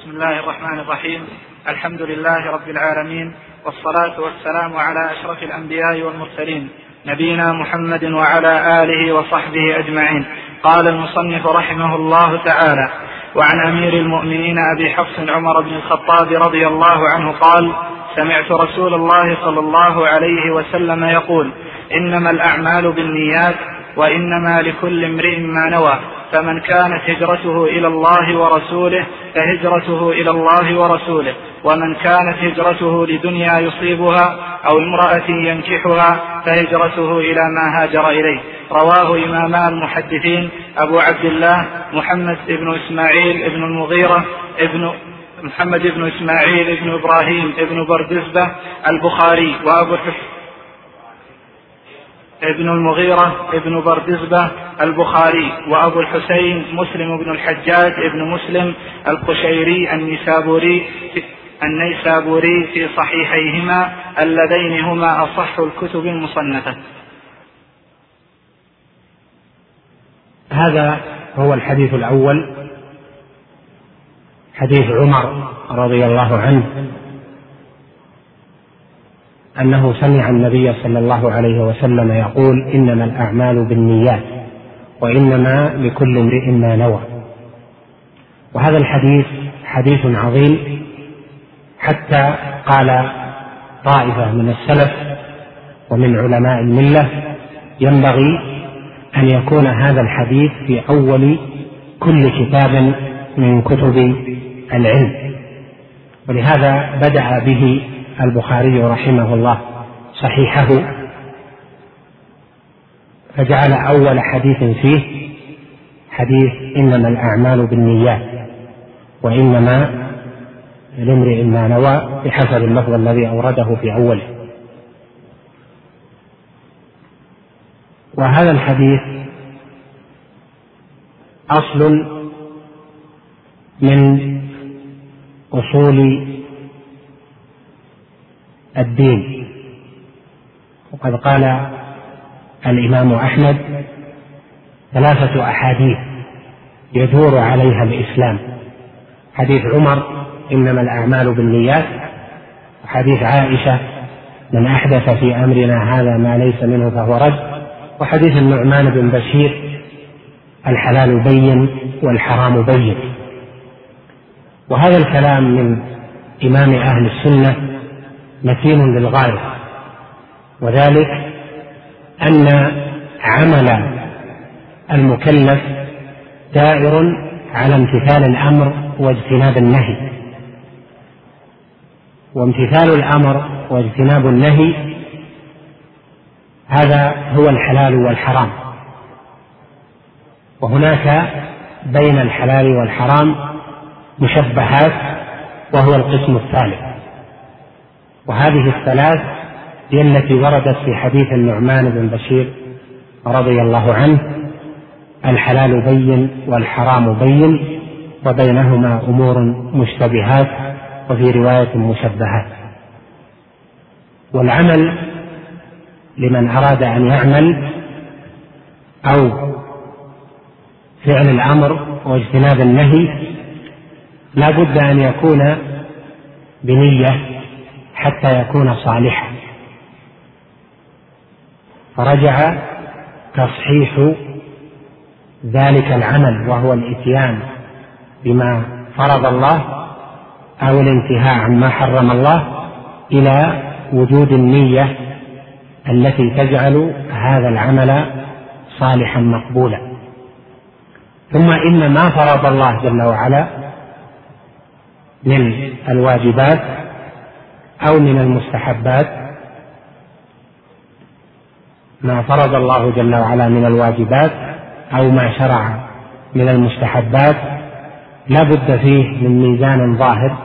بسم الله الرحمن الرحيم. الحمد لله رب العالمين، والصلاة والسلام على أشرف الأنبياء والمرسلين نبينا محمد وعلى آله وصحبه أجمعين. قال المصنف رحمه الله تعالى: وعن أمير المؤمنين أبي حفص عمر بن الخطاب رضي الله عنه قال: سمعت رسول الله صلى الله عليه وسلم يقول: إنما الأعمال بالنيات وإنما لكل امرئ ما نوى، فمن كانت هجرته إلى الله ورسوله فهجرته إلى الله ورسوله، ومن كانت هجرته لدنيا يصيبها أو امرأة ينكحها فهجرته إلى ما هاجر إليه. رواه إماما المحدثين أبو عبد الله محمد بن إسماعيل بن المغيرة محمد بن إسماعيل بن إبراهيم بن بردزبة البخاري، وأبو ابن المغيرة ابن بردزبة البخاري، وأبو الحسين مسلم بن الحجاج ابن مسلم القشيري النيسابوري في صحيحيهما اللذين هما أصح الكتب المصنفة. هذا هو الحديث الأول، حديث عمر رضي الله عنه أنه سمع النبي صلى الله عليه وسلم يقول: إنما الأعمال بالنيات وإنما لكل امرئ ما نوى. وهذا الحديث حديث عظيم، حتى قال طائفة من السلف ومن علماء الملة: ينبغي أن يكون هذا الحديث في أول كل كتاب من كتب العلم. ولهذا بدأ به البخاري رحمه الله صحيحه، فجعل أول حديث فيه حديث إنما الأعمال بالنيات وإنما لامرئ ما نوى، بحسب اللفظ الذي أورده في أوله. وهذا الحديث أصل من أصول الدين. وقد قال الإمام أحمد: 3 أحاديث يدور عليها الإسلام: حديث عمر إنما الأعمال بالنيات، وحديث عائشة من أحدث في أمرنا هذا ما ليس منه فهو رد، وحديث النعمان بن بشير: الحلال بين والحرام بين. وهذا الكلام من إمام أهل السنة متين للغاية، وذلك أن عمل المكلف دائر على امتثال الأمر واجتناب النهي، وامتثال الأمر واجتناب النهي هذا هو الحلال والحرام. وهناك بين الحلال والحرام مشبهات، وهو القسم الثالث. وهذه الثلاث هي التي وردت في حديث النعمان بن بشير رضي الله عنه: الحلال بين والحرام بين وبينهما أمور مشتبهات، وفي رواية مشبهات. والعمل لمن أراد أن يعمل أو فعل الأمر واجتناب النهي لا بد أن يكون بنية حتى يكون صالحا. فرجع تصحيح ذلك العمل، وهو الإتيان بما فرض الله أو الانتهاء عما حرم الله، إلى وجود النية التي تجعل هذا العمل صالحا مقبولا. ثم إن ما فرض الله جل وعلا من الواجبات أو من المستحبات، ما فرض الله جل وعلا من الواجبات أو ما شرع من المستحبات، لا بد فيه من ميزان ظاهر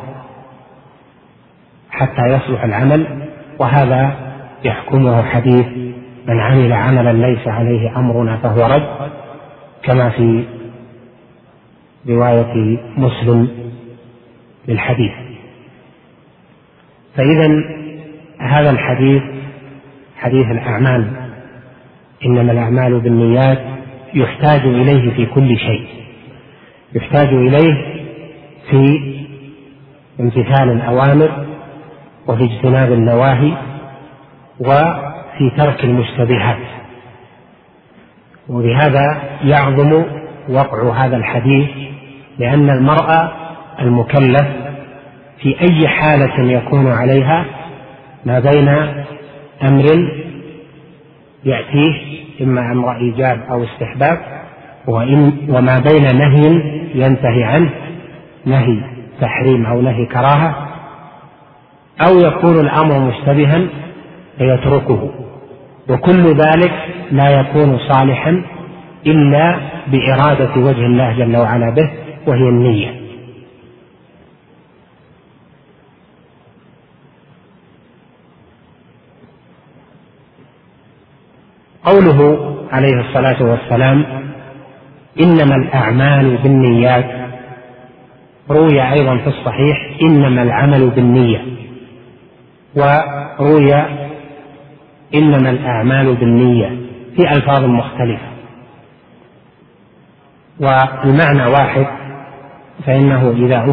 حتى يصلح العمل. وهذا يحكمه حديث: من عمل عملا ليس عليه أمرنا فهو رد، كما في رواية مسلم للحديث. فإذا هذا الحديث، حديث الأعمال إنما الأعمال بالنيات، يحتاج إليه في كل شيء. يحتاج إليه في امتثال الأوامر وفي اجتناب النواهي وفي ترك المشتبهات. وبهذا يعظم وقع هذا الحديث، لأن المرء المكلف في أي حالة يكون عليها ما بين أمر يأتيه إما أمر إيجاب أو استحباب، وما بين نهي ينتهي عنه، نهي تحريم أو نهي كراهة، أو يكون الأمر مشتبها فيتركه. وكل ذلك لا يكون صالحا إلا بإرادة وجه الله جل وعلا به، وهي النية. قوله عليه الصلاة والسلام إنما الأعمال بالنيات، روي أيضا في الصحيح إنما العمل بالنية، وروي إنما الأعمال بالنية في ألفاظ مختلفة، والمعنى واحد، فإنه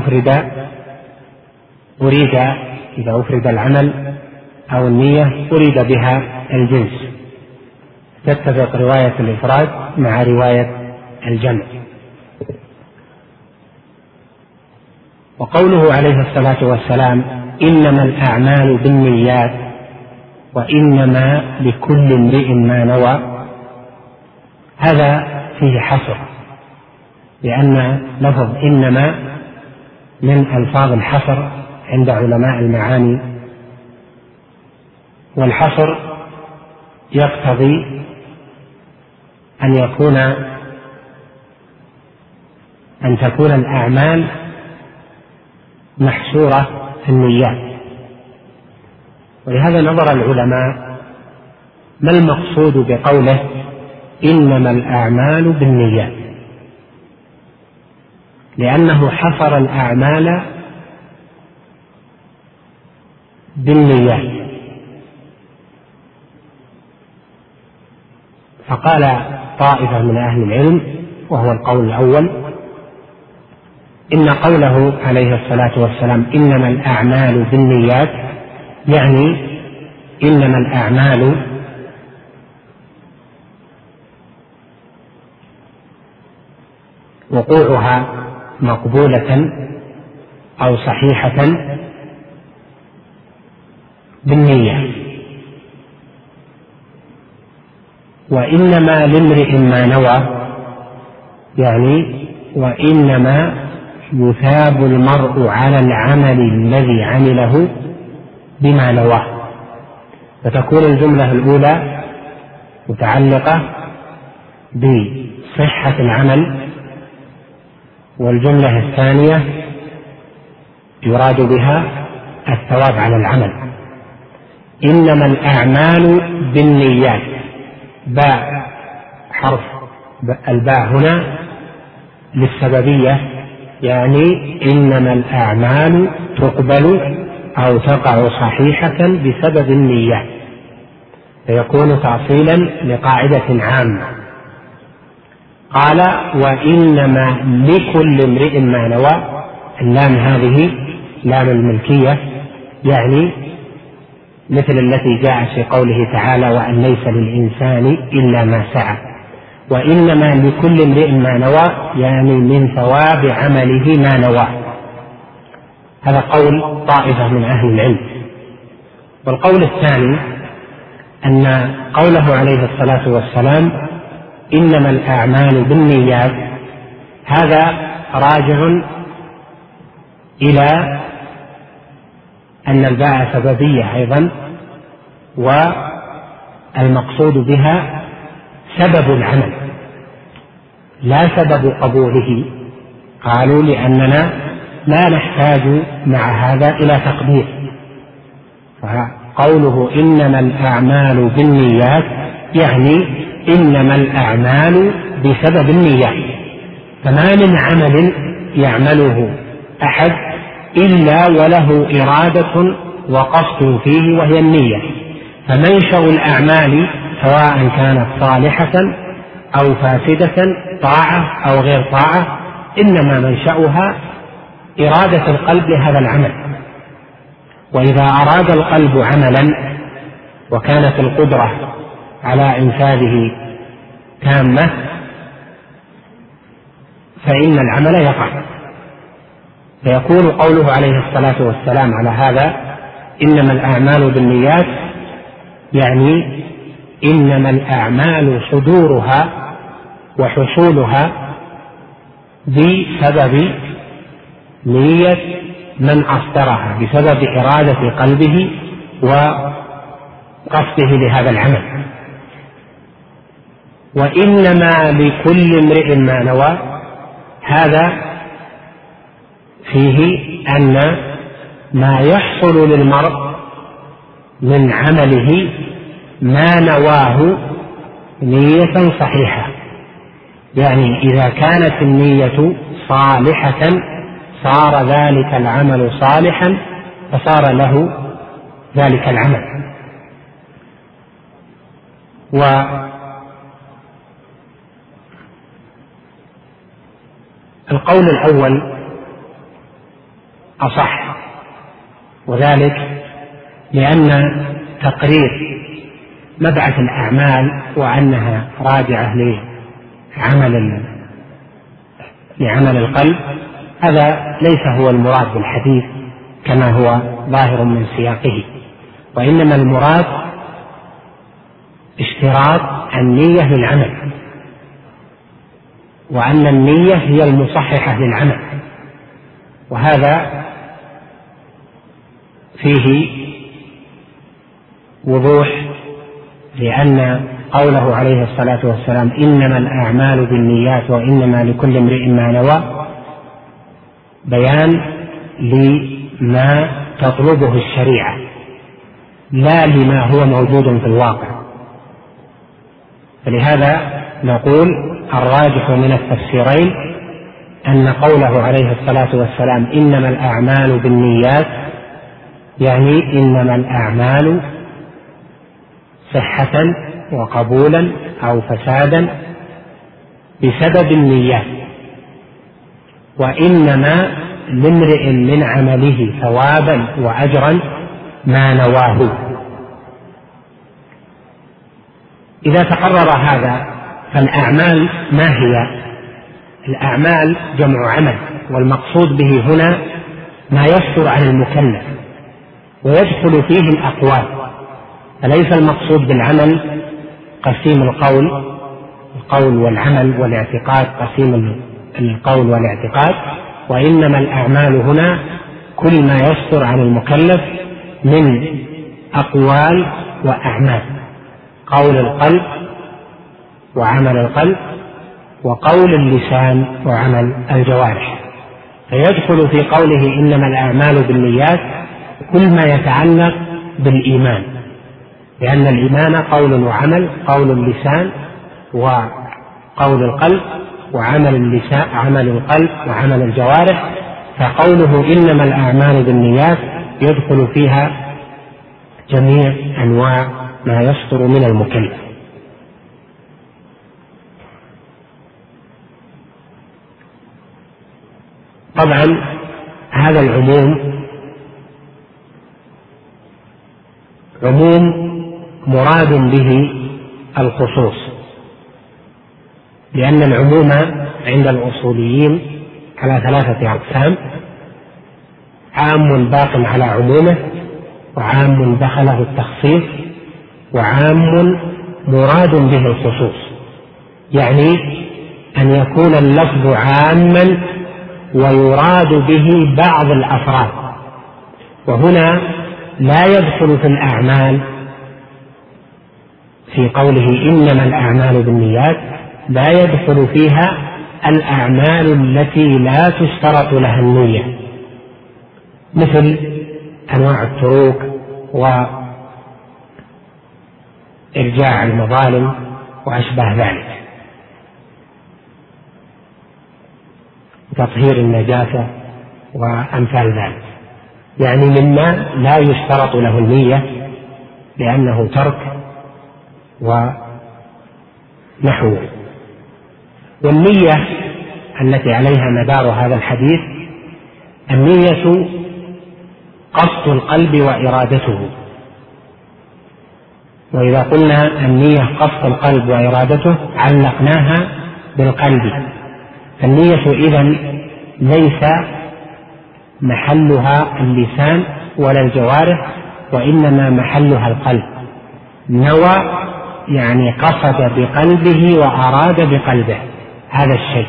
إذا أفرد العمل أو النية أريد بها الجنس، تتفق رواية الإفراد مع رواية الجمع. وقوله عليه الصلاة والسلام إنما الأعمال بالنيات وإنما لكل امرئ ما نوى، هذا فيه حصر، لأن لفظ إنما من ألفاظ الحصر عند علماء المعاني، والحصر يقتضي أن تكون الأعمال محصورة في النيات. ولهذا نظر العلماء ما المقصود بقوله إنما الأعمال بالنيات، لأنه حصر الأعمال بالنيات. فقال طائفة من أهل العلم، وهو القول الأول، إن قوله عليه الصلاة والسلام إنما الأعمال بالنيات يعني إنما الأعمال وقوعها مقبولة أو صحيحة بالنية، وإنما لامرئ ما نوى يعني وإنما يثاب المرء على العمل الذي عمله بما نواه. فتكون الجملة الأولى متعلقة بصحة العمل، والجملة الثانية يراد بها الثواب على العمل. إنما الأعمال بالنيات، باء حرف الباء هنا للسببية، يعني إنما الأعمال تقبل أو تقع صحيحة بسبب النية، فيكون تأصيلا لقاعدة عامة. قال وإنما لكل امرئ ما نوى، اللام هذه لام الملكية، يعني مثل التي جاءت في قوله تعالى وأن ليس للإنسان إلا ما سعى. وإنما لكل امرئ ما نوى يعني من ثواب عمله ما نوى. هذا قول طائفة من أهل العلم. والقول الثاني أن قوله عليه الصلاة والسلام إنما الأعمال بالنيات، هذا راجع إلى أن الباء سببية أيضا، والمقصود بها سبب العمل لا سبب قبوله. قالوا لأننا لا نحتاج مع هذا إلى تقدير، فقوله إنما الأعمال بالنيات يعني إنما الأعمال بسبب النيات. فما من عمل يعمله أحد إلا وله إرادة وقصد فيه وهي النية. فمنشأ الأعمال سواء كانت صالحة أو فاسدة، طاعة أو غير طاعة، إنما منشأها إرادة القلب لهذا العمل. وإذا أراد القلب عملا وكانت القدرة على إنفاذه تامة فإن العمل يقع. فيكون قوله عليه الصلاة والسلام على هذا إنما الأعمال بالنيات، يعني إنما الأعمال صدورها وحصولها بسبب نية من أصدرها، بسبب إرادة قلبه وقصده لهذا العمل. وإنما لكل امرئ ما نوى، هذا فيه أن ما يحصل للمرء من عمله ما نواه نية صحيحة، يعني إذا كانت النية صالحة صار ذلك العمل صالحا فصار له ذلك العمل. والقول الأول أصح، وذلك لأن تقرير مبعث الأعمال وأنها راجعة لعمل القلب هذا ليس هو المراد بالحديث كما هو ظاهر من سياقه، وإنما المراد اشتراط النية للعمل، وأن النية هي المصححة للعمل. وهذا فيه وضوح، لأن قوله عليه الصلاة والسلام إنما الأعمال بالنيات وإنما لكل امرئ ما نوى بيان لما تطلبه الشريعة لا لما هو موجود في الواقع. فلهذا نقول الراجح من التفسيرين أن قوله عليه الصلاة والسلام إنما الأعمال بالنيات يعني إنما الأعمال صحة وقبولا أو فسادا بسبب النيات، وإنما لامرئ من عمله ثوابا وأجرا ما نواه. إذا تقرر هذا فالأعمال ما هي؟ الأعمال جمع عمل، والمقصود به هنا ما يصدر عن المكلف ويدخل فيه الأقوال، فليس المقصود بالعمل قسيم القول والعمل والاعتقاد، قسيم القول والاعتقاد، وإنما الأعمال هنا كل ما يصدر عن المكلف من أقوال وأعمال، قول القلب وعمل القلب وقول اللسان وعمل الجوارح. فيدخل في قوله إنما الأعمال بالنيات كل ما يتعلق بالإيمان، لأن الإيمان قول وعمل، قول اللسان وقول القلب وعمل اللسان عمل القلب وعمل الجوارح. فقوله إنما الأعمال بالنيات يدخل فيها جميع أنواع ما يصدر من المكلف. طبعا هذا العموم عموم مراد به الخصوص، لأن العموم عند الأصوليين على 3 أقسام: عام باق على عمومه، وعام دخله التخصيص، وعام مراد به الخصوص، يعني أن يكون اللفظ عاما ويراد به بعض الأفراد. وهنا لا يدخل في الأعمال في قوله إنما الأعمال بالنيات، لا يدخل فيها الأعمال التي لا تشترط لها النية، مثل أنواع التروك وإرجاع المظالم وأشبه ذلك، تطهير النجاسة وأمثال ذلك، يعني مما لا يشترط له النية لأنه ترك ونحوه. والنية التي عليها مدار هذا الحديث النية قصد القلب وإرادته، وإذا قلنا النية قصد القلب وإرادته علقناها بالقلب، فالنية إذن ليس محلها اللسان ولا الجوارح، وإنما محلها القلب. نوى يعني قصد بقلبه وأراد بقلبه هذا الشيء.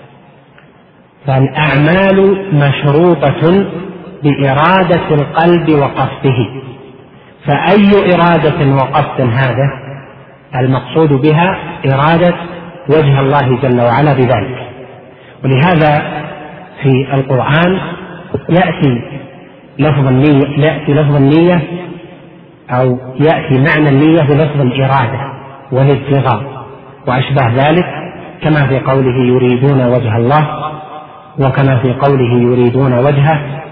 فالأعمال مشروطة بإرادة القلب وقصده، فأي إرادة وقصد هذا المقصود بها إرادة وجه الله جل وعلا بذلك. ولهذا في القرآن يأتي لفظ النية أو يأتي معنى النية بلفظ الإرادة والابتغاء وأشباه ذلك، كما في قوله يريدون وجه الله، وكما في قوله يريدون وجهه،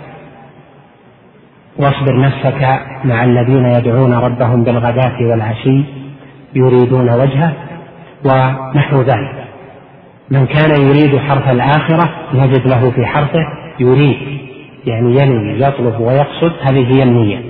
واصبر نفسك مع الذين يدعون ربهم بالغداة والعشي يريدون وجهه، ونحو ذلك. من كان يريد حرث الآخرة يجد له في حرثه يريد، يعني ينوي يطلب ويقصد، هذه هي النية.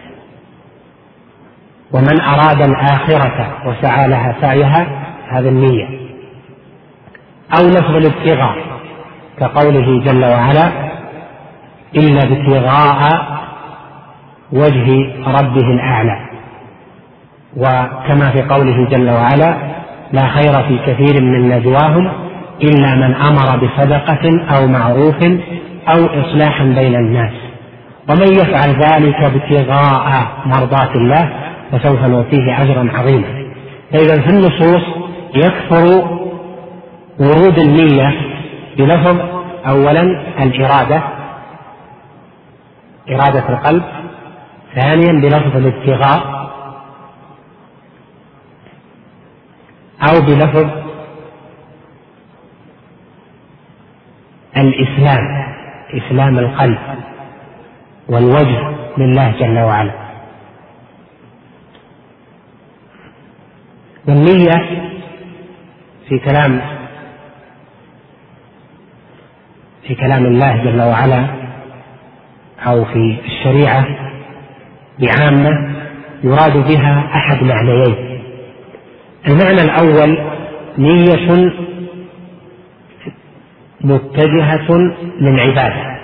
ومن أراد الآخرة وسعى لها سعيها هذه النية. أو لفظ الابتغاء كقوله جل وعلا إلا ابتغاء وجه ربه الأعلى، وكما في قوله جل وعلا لا خير في كثير من نجواهم إلا من أمر بصدقة أو معروف أو إصلاح بين الناس ومن يفعل ذلك ابتغاء مرضات الله فسوف نؤتيه أجرا عظيما. فإذا في النصوص يكثر ورود النية بلفظ أولا الإرادة، إرادة القلب، ثانيا بلفظ الابتغاء أو بلفظ الإسلام، إسلام القلب والوجه لله جل وعلا. والنية في كلام الله جل وعلا أو في الشريعة بعامة يراد بها أحد معنيين. المعنى الأول نية متجهة للعبادة،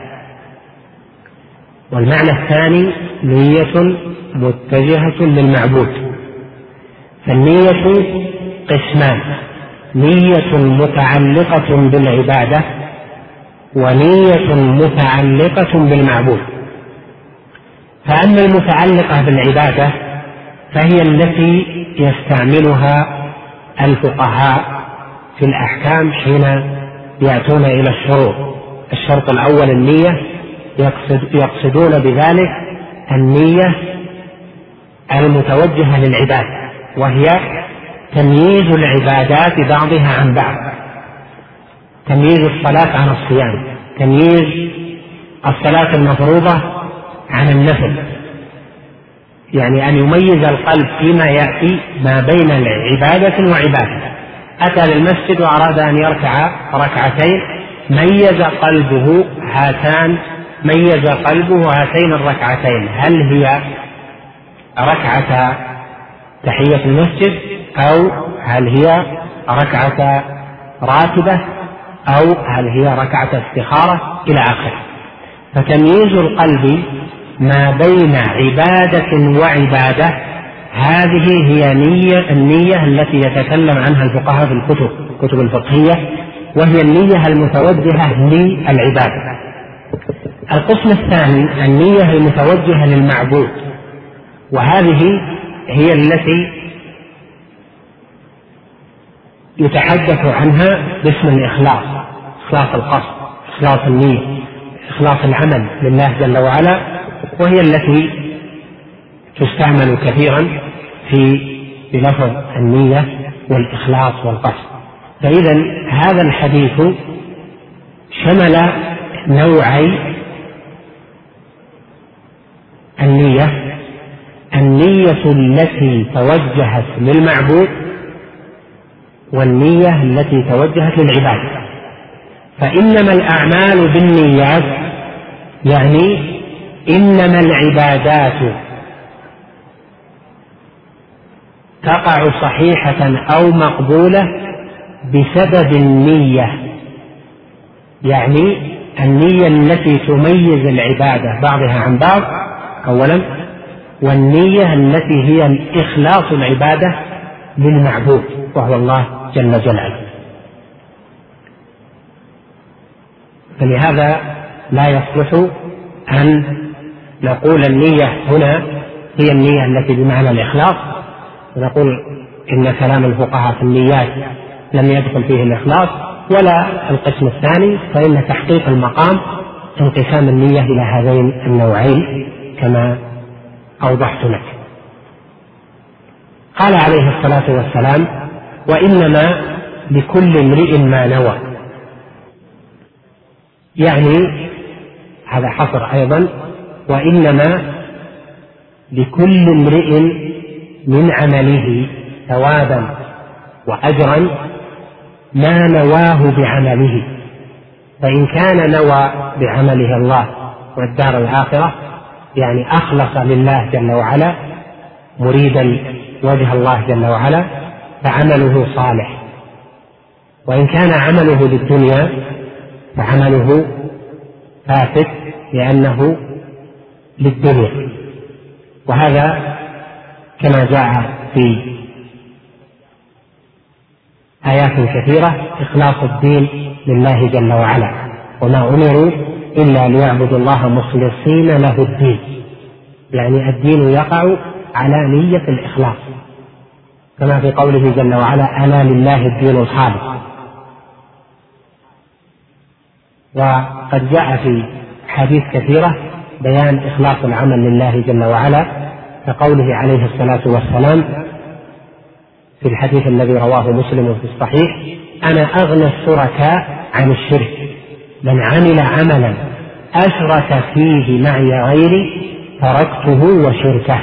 والمعنى الثاني نية متجهة للمعبود. فالنية قسمان: نية متعلقة بالعبادة ونية متعلقة بالمعبود. فأما المتعلقة بالعبادة فهي التي يستعملها الفقهاء في الأحكام حين يأتون إلى الشروط. الشرط الأول النية، يقصدون بذلك النية المتوجهة للعبادة، وهي تمييز العبادات بعضها عن بعض، تمييز الصلاة عن الصيام، تمييز الصلاة المفروضة عن النفل، يعني أن يميز القلب فيما يأتي ما بين عبادة وعبادة. أتى للمسجد وأراد أن يركع ركعتين، ميز قلبه هاتين الركعتين، هل هي ركعة تحية المسجد أو هل هي ركعة راتبة أو هل هي ركعة استخارة إلى آخره. فتمييز القلب ما بين عبادة وعبادة هذه هي النية التي يتكلم عنها الفقهاء في الكتب الفقهية، وهي النية المتوجهة للعبادة. القسم الثاني النية المتوجهة للمعبود، وهذه هي التي يتحدث عنها باسم الإخلاص، إخلاص القصد، إخلاص النية، إخلاص العمل لله جل وعلا، وهي التي تستعمل كثيرا بلفظ النية والإخلاص والقصد. فإذا هذا الحديث شمل نوعي النية: النية التي توجهت للمعبود والنية التي توجهت للعبادة. فإنما الأعمال بالنيات يعني إنما العبادات تقع صحيحة أو مقبولة بسبب النية، يعني النية التي تميز العبادة بعضها عن بعض أولا، والنية التي هي إخلاص العبادة للمعبود وهو الله جل جلاله. فلهذا لا يصلح أن نقول النية هنا هي النية التي بمعنى الإخلاص، ونقول إن كلام الفقهاء في النيات لم يدخل فيه الإخلاص، ولا القسم الثاني، فإن تحقيق المقام انقسام النية إلى هذين النوعين كما أوضحت لك. قال عليه الصلاة والسلام: وإنما لكل امرئ ما نوى، يعني هذا حصر أيضا، وإنما لكل امرئ من عمله ثوابا وأجرا ما نواه بعمله، فإن كان نوى بعمله الله والدار الآخرة، يعني أخلص لله جل وعلا مريدا وجه الله جل وعلا، فعمله صالح، وإن كان عمله للدنيا فعمله فاسد لأنه للدنيا. وهذا كما جاء في آيات كثيرة إخلاص الدين لله جل وعلا، وما أمروا إلا ليعبدوا الله مخلصين له الدين، يعني الدين يقع على نية الإخلاص، كما في قوله جل وعلا: ألا لله الدين الخالص. وقد جاء في حديث كثيرة بيان إخلاص العمل لله جل وعلا، كقوله عليه الصلاة والسلام في الحديث الذي رواه مسلم في الصحيح: أنا أغنى الشركاء عن الشرك، من عمل عملا أشرك فيه معي غيري تركته وشركه.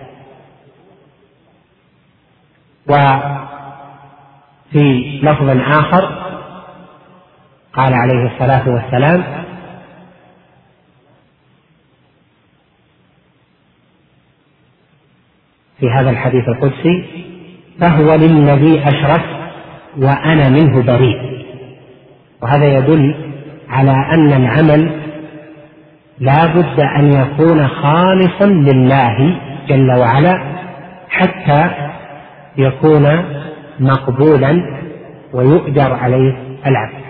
وفي لفظ آخر قال عليه الصلاة والسلام: في هذا الحديث القدسي: فهو للذي أشرك وأنا منه بريء. وهذا يدل على أن العمل لا بد أن يكون خالصا لله جل وعلا حتى يكون مقبولا ويؤجر عليه العبد.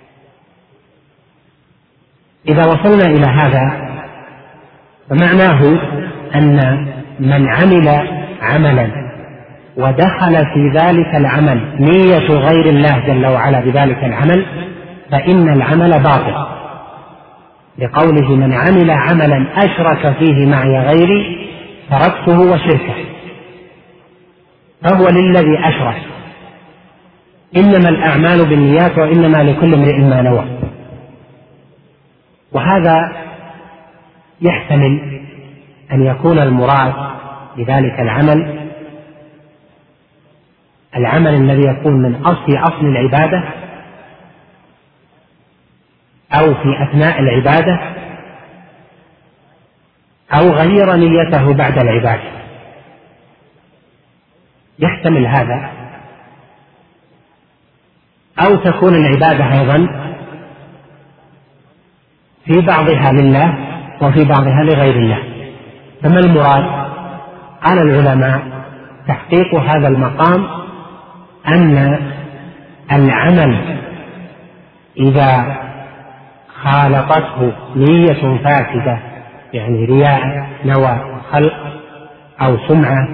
إذا وصلنا إلى هذا فمعناه أن من عمل عملا ودخل في ذلك العمل نية غير الله جل وعلا بذلك العمل فإن العمل باطل، لقوله: من عمل عملا أشرك فيه معي غيري تركته وشركه. فهو للذي أشرك. إنما الأعمال بالنيات وإنما لكل امرئ ما نوى. وهذا يحتمل أن يكون المراد بذلك العمل الذي يكون من أصل العبادة أو في أثناء العبادة أو غير نيته بعد العبادة، يحتمل هذا. أو تكون العبادة أيضا في بعضها لله وفي بعضها لغير الله. فما المراد؟ قال العلماء: تحقيق هذا المقام أن العمل إذا خالطته نية فاسدة، يعني رياء، نوى، خلق أو سمعة،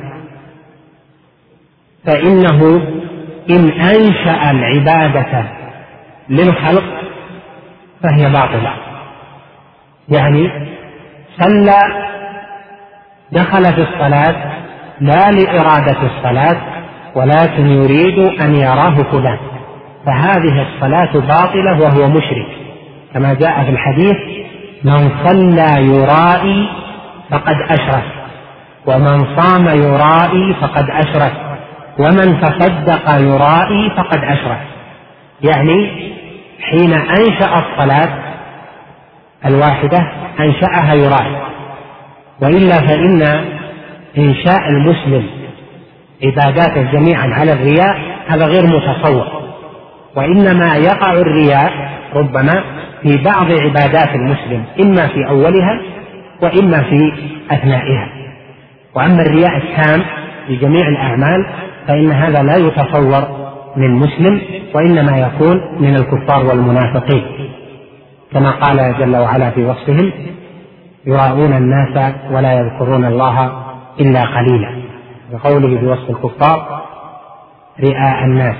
فإنه إن أنشأ العبادة للخلق فهي باطلة. يعني صلى، دخل في الصلاة لا لإرادة الصلاة ولكن يريد أن يراه فلان، فهذه الصلاة باطلة وهو مشرك، كما جاء في الحديث: من صلى يرائي فقد أشرك، ومن صام يرائي فقد أشرك، ومن تصدق يرائي فقد أشرك. يعني حين أنشأ الصلاة الواحدة أنشأها يراد، وإلا فإن إنشاء المسلم عباداته جميعا على الرياء هذا غير متصور، وإنما يقع الرياء ربما في بعض عبادات المسلم، إما في أولها وإما في أثنائها. وأما الرياء التام في جميع الأعمال فإن هذا لا يتصور من مسلم، وإنما يكون من الكفار والمنافقين، كما قال جل وعلا في وصفهم: يراءون الناس ولا يذكرون الله إلا قليلا، بقوله في وصف الكفار: رئاء الناس.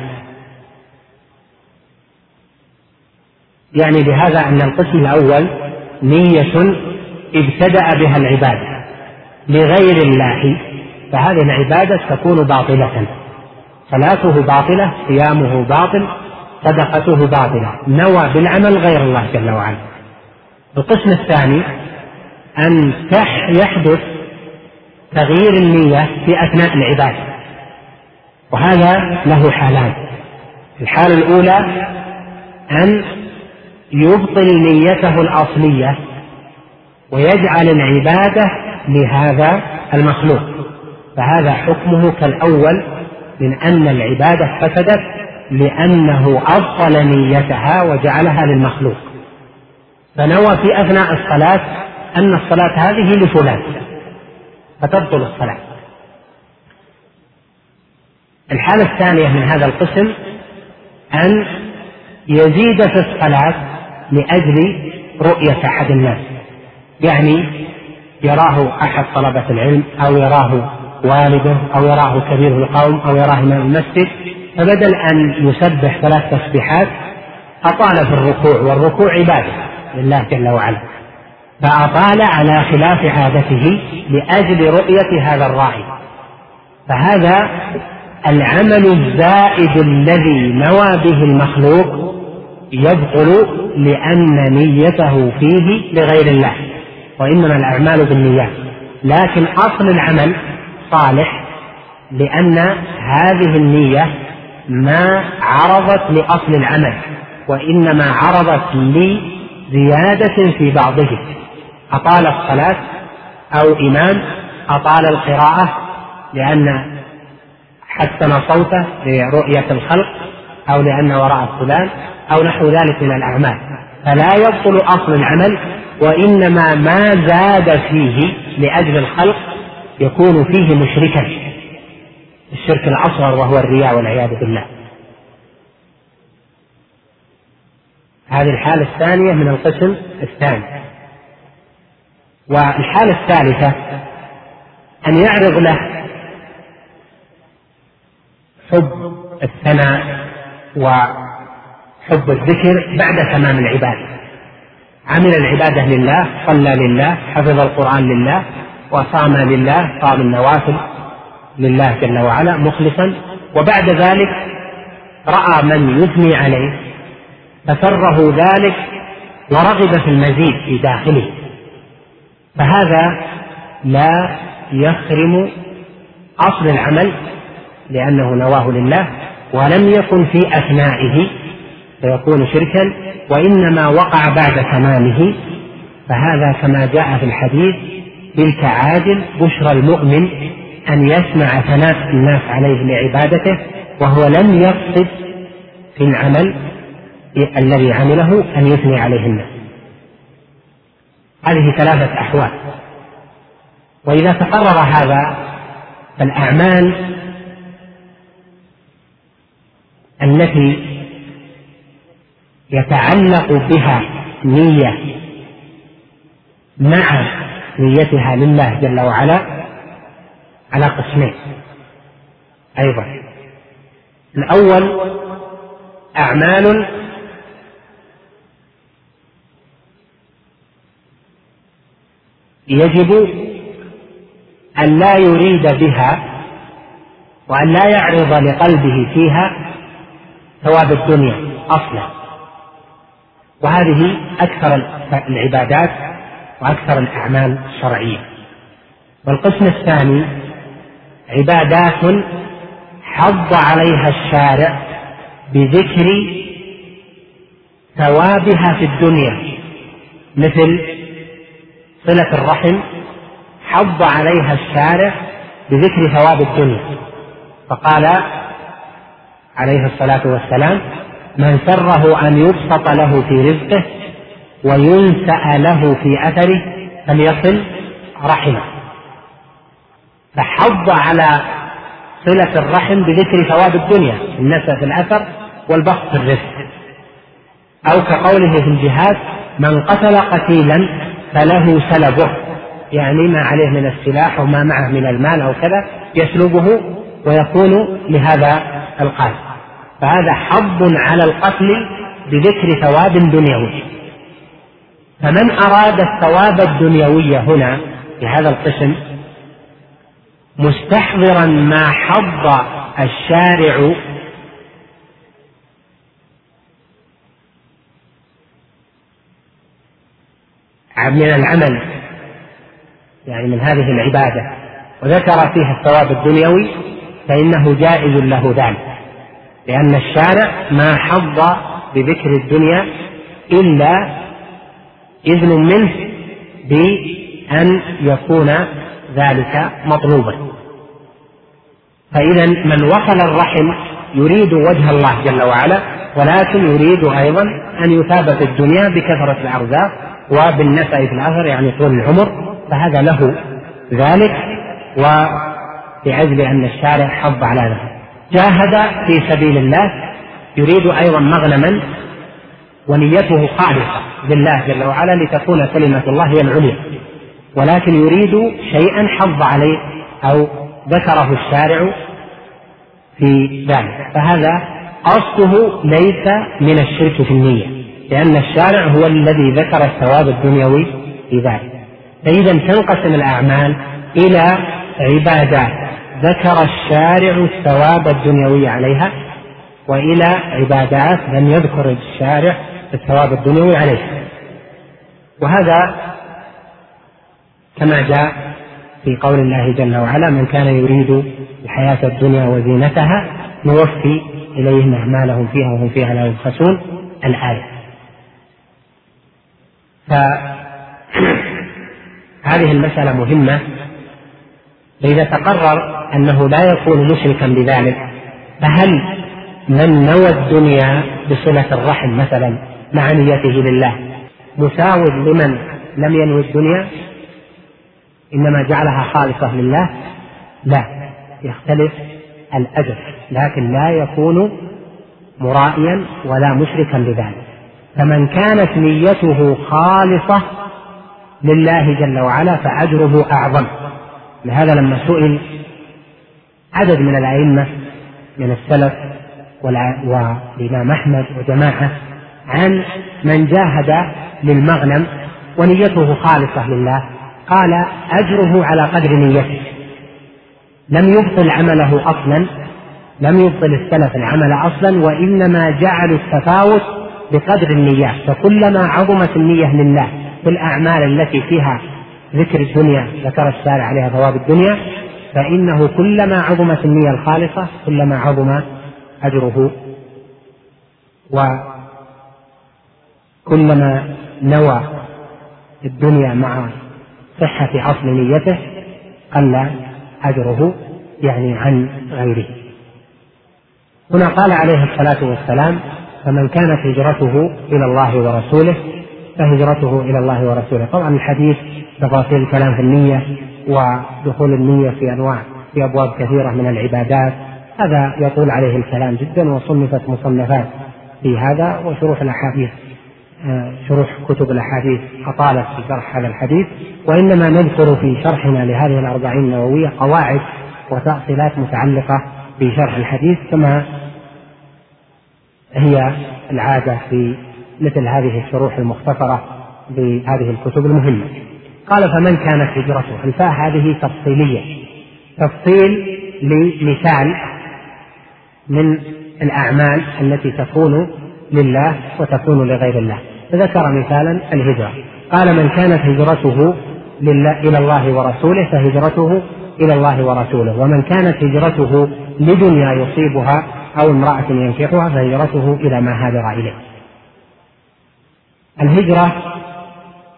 يعني بهذا أن القسم الأول نية ابتدأ بها العبادة لغير الله، فهذه العبادة تكون باطلة، صلاته باطلة، صيامه باطل، صدقته باطلة، نوى بالعمل غير الله جل وعلا. القسم الثاني أن يحدث تغيير النية في أثناء العبادة، وهذا له حالان. الحالة الأولى أن يبطل نيته الأصلية ويجعل العبادة لهذا المخلوق، فهذا حكمه كالأول من أن العبادة فسدت لأنه أبطل نيتها وجعلها للمخلوق، فنوى في أثناء الصلاة أن الصلاة هذه لفلان فتبطل الصلاة. الحالة الثانية من هذا القسم أن يزيد في الصلاة لأجل رؤية أحد الناس، يعني يراه أحد طلبة العلم أو يراه والده أو يراه كبير القوم أو يراه إمام المسجد، فبدل أن يسبح 3 تسبيحات أطال في الركوع، والركوع عبادة لله جل وعلا، فأطال على خلاف عادته لأجل رؤية هذا الراعي، فهذا العمل الزائد الذي نوى به المخلوق يبطل لأن نيته فيه لغير الله، وإنما الأعمال بالنيات، لكن أصل العمل صالح لأن هذه النية ما عرضت لأصل العمل، وإنما عرضت لزيادة في بعضه، أطال الصلاة أو إمام أطال القراءة لأن حسن صوته لرؤية الخلق أو لأن وراء فلان أو نحو ذلك من الأعمال، فلا يبطل أصل العمل، وإنما ما زاد فيه لأجل الخلق يكون فيه مشركا، الشرك الأصغر وهو الرياء والعياذ بالله. هذه الحالة الثانية من القسم الثاني. والحالة الثالثة أن يعرض له حب الثناء وحب الذكر بعد تمام العبادة، عمل العبادة لله، صلى لله، حفظ القرآن لله، وصام لله، صام النوافل لله جل وعلا مخلصا، وبعد ذلك رأى من يثني عليه فسره ذلك ورغب في المزيد في داخله، فهذا لا يخرم أصل العمل لأنه نواه لله ولم يكن في أثنائه فيكون شركا، وإنما وقع بعد تمامه، فهذا كما جاء في الحديث: تلك عاجل بشرى المؤمن أن يسمع ثناء الناس عليه لعبادته وهو لم يقصد في العمل الذي عمله أن يثني عليه الناس. هذه 3 أحوال. وإذا تقرر هذا فالأعمال التي يتعلق بها نية مع نيتها لله جل وعلا على قسمين أيضا. الأول أعمال يجب أن لا يريد بها وأن لا يعرض لقلبه فيها ثواب الدنيا أصلا، وهذه أكثر العبادات وأكثر الأعمال الشرعية. والقسم الثاني عبادات حض عليها الشارع بذكر ثوابها في الدنيا مثل صلة الرحم حض عليها الشارع بذكر ثواب الدنيا، فقال عليه الصلاة والسلام: من سره أن يبسط له في رزقه وينسأ له في أثره فليصل رحمه، فحض على صلة الرحم بذكر ثواب الدنيا، النسأ في الأثر والبسط في الرزق. أو كقوله في الجهاد: من قتل قتيلا فله سلبه، يعني ما عليه من السلاح وما معه من المال أو كذا يسلبه ويكون لهذا القاتل، فهذا حض على القتل بذكر ثواب دنيوي. فمن أراد الثواب الدنيوي هنا في هذا القسم مستحضرا ما حض الشارع من العمل، يعني من هذه العبادة، وذكر فيها الثواب الدنيوي، فإنه جائز له ذلك، لأن الشارع ما حض بذكر الدنيا إلا إذن منه بأن يكون ذلك مطلوبا. فإذا من وصل الرحم يريد وجه الله جل وعلا، ولكن يريد أيضا أن يثاب في الدنيا بكثرة الأرزاق وبالنسأ في الآخر، يعني طول العمر، فهذا له ذلك، ولأجل أن الشارع حض على ذلك. جاهد في سبيل الله يريد أيضا مغنما ونيته خالصة لله جل وعلا لتكون كلمة الله هي العليا، ولكن يريد شيئا حض عليه أو ذكره الشارع في ذلك، فهذا قصده ليس من الشرك في النية، لأن الشارع هو الذي ذكر الثواب الدنيوي في ذلك. فإذا تنقسم الأعمال إلى عبادات ذكر الشارع الثواب الدنيوي عليها، وإلى عبادات لم يذكر الشارع الثواب الدنيوي عليها. وهذا كما جاء في قول الله جل وعلا: من كان يريد الحياة الدنيا وزينتها نوفي إليهم أعمالهم فيها وهم فيها لا يبخسون، الآية. فهذه المسألة مهمة، فإذا تقرر أنه لا يكون مشركا بذلك، فهل من نوى الدنيا بصلة الرحم مثلا مع نيته لله مساو لمن لم ينوي الدنيا إنما جعلها خالصة لله؟ لا، يختلف الأجر، لكن لا يكون مرائيا ولا مشركا بذلك. فمن كانت نيته خالصة لله جل وعلا فأجره أعظم. لهذا لما سئل عدد من الأئمة من السلف والإمام أحمد وجماعة عن من جاهد للمغنم ونيته خالصة لله، قال: أجره على قدر نيته، لم يبطل عمله أصلا، لم يبطل السلف العمل أصلا، وإنما جعلوا التفاوت بقدر النيات. فكلما عظمت النية لله في الأعمال التي فيها ذكر الدنيا ذكر الشارع عليها ثواب الدنيا، فإنه كلما عظمت النية الخالصة كلما عظم أجره، وكلما نوى الدنيا مع صحة أصل نيته قل أجره يعني عن غيره. هنا قال عليه الصلاة والسلام: فمن كانت هجرته إلى الله ورسوله فهجرته إلى الله ورسوله. طبعا الحديث تفاصيل الكلام في النية ودخول النية في أنواع في أبواب كثيرة من العبادات، هذا يطول عليه الكلام جدا، وصنفت مصنفات في هذا، وشروح الأحاديث شروح كتب الأحاديث أطالت في شرح هذا الحديث، وإنما نذكر في شرحنا لهذه الأربعين النووية قواعد وتأصيلات متعلقة بشرح الحديث كما هي العادة في مثل هذه الشروح المختصرة بهذه الكتب المهمة. قال: فمن كانت هجرته، الفاء هذه تفصيلية، تفصيل لمثال من الأعمال التي تكون لله وتكون لغير الله، فذكر مثالا الهجرة. قال: من كانت هجرته إلى الله ورسوله فهجرته إلى الله ورسوله، ومن كانت هجرته لدنيا يصيبها أو امرأة ينكحها فهجرته إلى ما هاجر إليه. الهجرة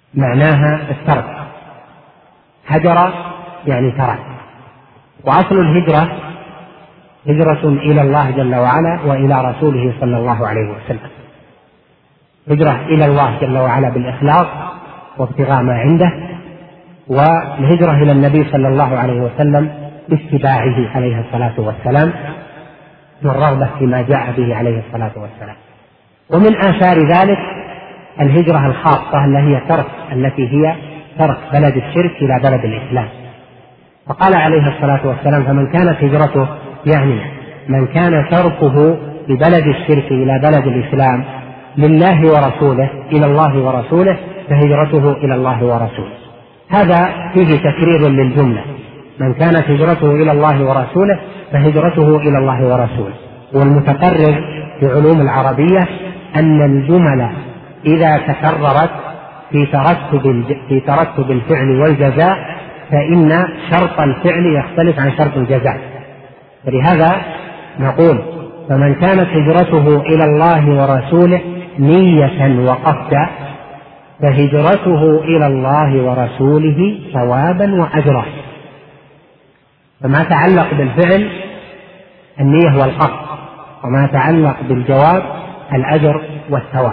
معناها الترك، هجر يعني ترك. وأصل الهجرة هجرة إلى الله جل وعلا وإلى رسوله صلى الله عليه وسلم، هجرة إلى الله جل وعلا بالإخلاص وابتغاء ما عنده، والهجرة إلى النبي صلى الله عليه وسلم باتباعه عليه الصلاة والسلام والرغبة فيما جاء به عليه الصلاة والسلام. ومن آثار ذلك الهجرة الخاصة التي هي ترك بلد الشرك إلى بلد الإسلام. فقال عليه الصلاة والسلام: فمن كانت هجرته، يعني من كان تركه ببلد الشرك إلى بلد الإسلام لله ورسوله، إلى الله ورسوله، فهجرته إلى الله ورسوله. هذا فيه تكرير للجملة: من كانت هجرته إلى الله ورسوله فهجرته إلى الله ورسوله. والمتقرر في علوم العربية أن الجمل إذا تكررت في ترتب الفعل والجزاء فإن شرط الفعل يختلف عن شرط الجزاء. فلهذا نقول: فمن كانت هجرته إلى الله ورسوله نية وقصدا فهجرته إلى الله ورسوله ثوابا وأجرا. فما تعلق بالفعل النية والقصد، وما تعلق بالجواب الأجر والثواب.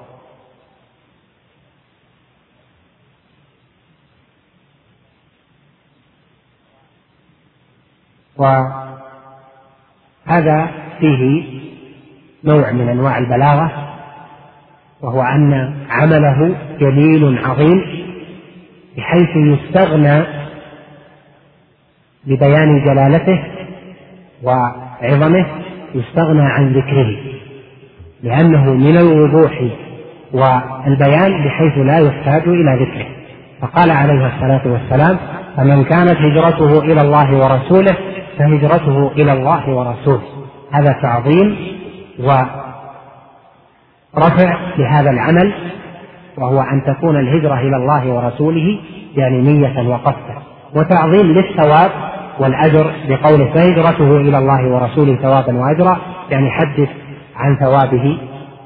وهذا فيه نوع من أنواع البلاغة، وهو أن عمله جليل عظيم بحيث يستغنى ببيان جلالته وعظمه، يستغنى عن ذكره لأنه من الوضوح والبيان بحيث لا يحتاج إلى ذكره. فقال عليه الصلاة والسلام: فمن كانت هجرته إلى الله ورسوله فهجرته إلى الله ورسوله. هذا تعظيم ورفع لهذا العمل، وهو أن تكون الهجرة إلى الله ورسوله يعني نية وقصدا، وتعظيم للثواب والأجر بقوله: فهجرته إلى الله ورسوله ثوابا وأجرا، يعني حدث عن ثوابه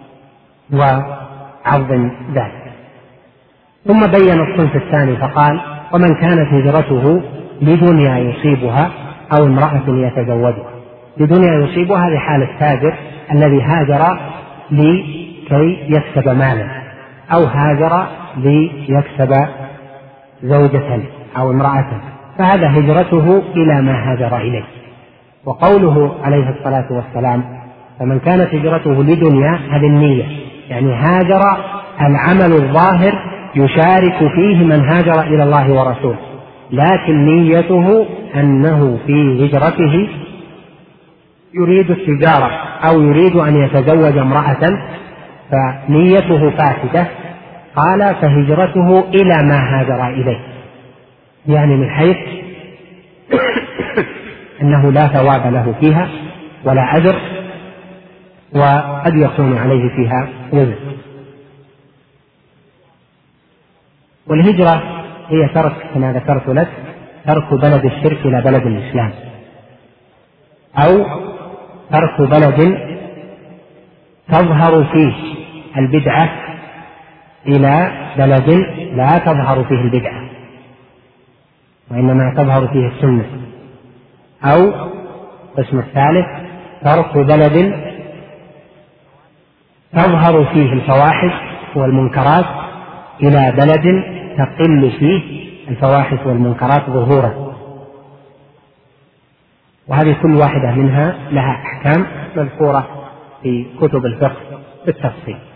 وعظم ذلك. ثم بين الصنف الثاني فقال: ومن كانت هجرته لدنيا يصيبها أو امرأة يتزوجها. لدنيا يصيبها هذه حال التاجر الذي هاجر لكي يكسب مالا، أو هاجر ليكسب زوجة أو امرأة، فهذا هجرته إلى ما هاجر إليه. وقوله عليه الصلاة والسلام: فمن كانت هجرته لدنيا، هذه النية، يعني هاجر العمل الظاهر يشارك فيه من هاجر إلى الله ورسوله، لكن نيته أنه في هجرته يريد التجارة أو يريد أن يتزوج امرأة، فنيته فاسدة. قال: فهجرته إلى ما هاجر إليه، يعني من حيث أنه لا ثواب له فيها ولا أجر، وقد يكون عليه فيها وزر. والهجرة هي ترك، كما ذكرت لك، ترك بلد الشرك إلى بلد الإسلام، أو ترك بلد تظهر فيه البدعة إلى بلد لا تظهر فيه البدعة وإنما تظهر فيه السنة. أو القسم الثالث: ترك بلد تظهر فيه الفواحش والمنكرات إلى بلد تقل فيه الفواحش والمنكرات ظهورا. وهذه كل واحدة منها لها أحكام مذكورة في كتب الفقه بالتفصيل.